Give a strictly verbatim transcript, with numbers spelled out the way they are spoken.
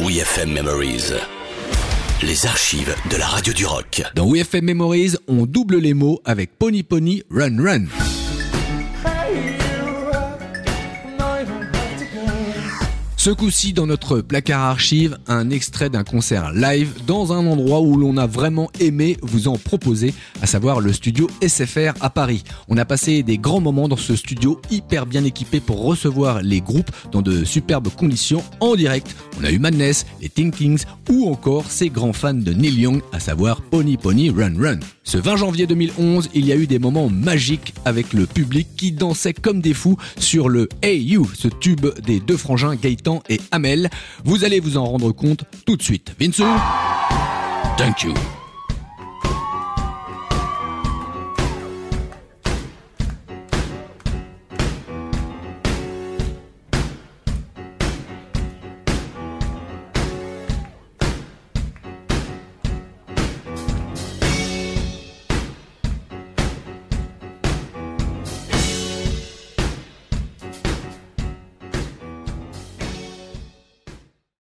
We F M Memories. Les archives de la radio du rock. Dans We F M Memories, on double les mots avec Pony Pony Run Run. Ce coup-ci, dans notre placard archive, un extrait d'un concert live dans un endroit où l'on a vraiment aimé vous en proposer, à savoir le studio S F R à Paris. On a passé des grands moments dans ce studio hyper bien équipé pour recevoir les groupes dans de superbes conditions en direct. On a eu Madness, les Thinkings ou encore ces grands fans de Neil Young, à savoir Pony Pony Run Run. Ce vingt janvier deux mille onze, il y a eu des moments magiques avec le public qui dansait comme des fous sur le Hey You, ce tube des deux frangins Gaëtan et Amel. Vous allez vous en rendre compte tout de suite. Vince, thank you.